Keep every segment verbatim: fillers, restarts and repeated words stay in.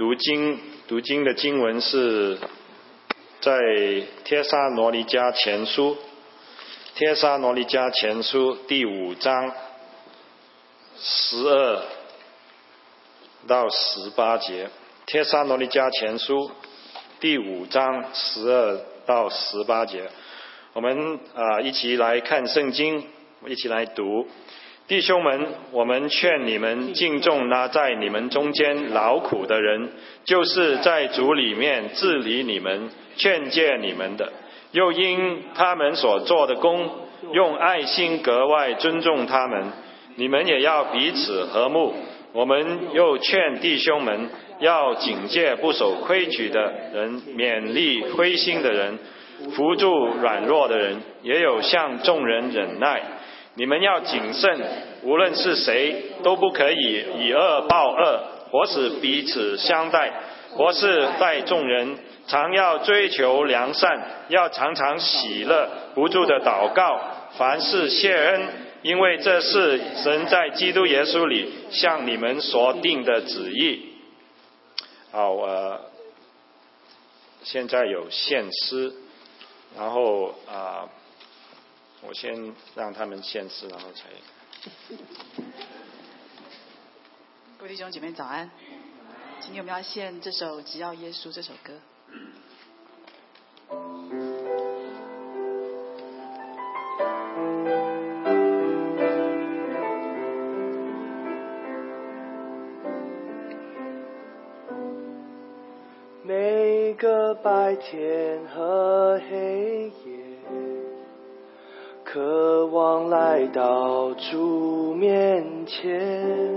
读经读经的经文是在帖撒罗尼迦前书，帖撒罗尼迦前书第五章十二到十八节。帖撒罗尼迦前书第五章十二到十八节，我们啊、呃、一起来看圣经，一起来读。弟兄们，我们劝你们敬重那在你们中间劳苦的人，就是在主里面治理你们、劝诫你们的，又因他们所做的工，用爱心格外尊重他们。你们也要彼此和睦。我们又劝弟兄们要警戒不守规矩的人，勉励灰心的人，扶助软弱的人，也有向众人忍耐。你们要谨慎，无论是谁，都不可以以恶报恶，或是彼此相待，或是待众人，常要追求良善，要常常喜乐，不住的祷告，凡事谢恩，因为这是神在基督耶稣里向你们所定的旨意。好，呃，现在有献诗，然后啊。呃我先让他们献诗，然后才。 各位弟兄姐妹早安，今天我们要献这首《只要耶稣》这首歌。 每个白天和黑夜，渴望来到主面前，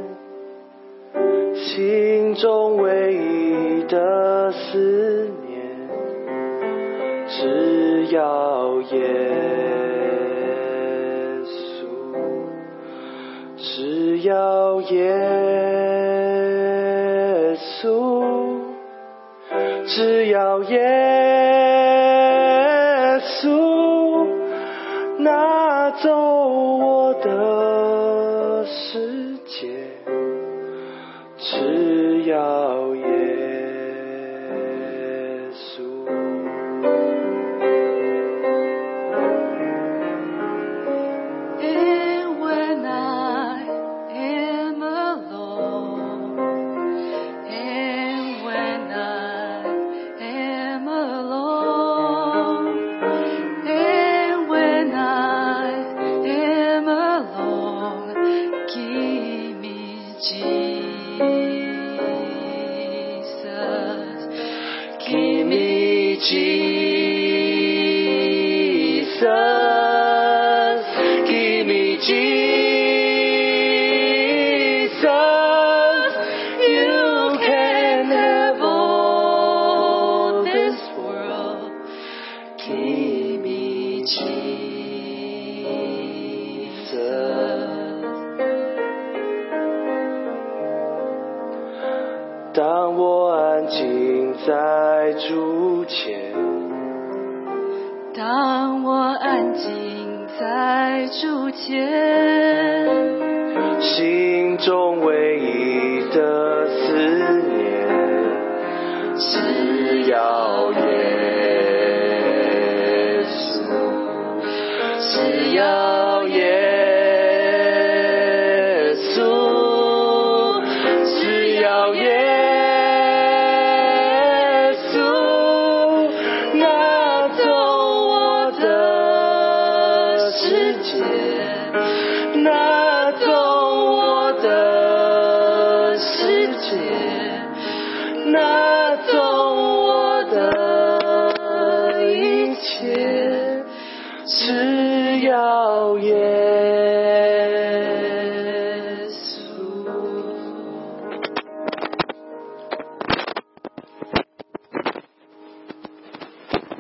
心中唯一的思念，只要耶稣，只要耶稣，只要耶稣拿走我的世界，只要耶稣。 And when I am alone, and when I am alone, and when I am alone, give me Jesus, give me Jesus, give me Jesus. You can have all this world, give me Jesus. 当我安静在主前， 当我安静在主前， 心中唯一的思念，只要耶稣，只要耶稣，只要耶稣拿走我的世界，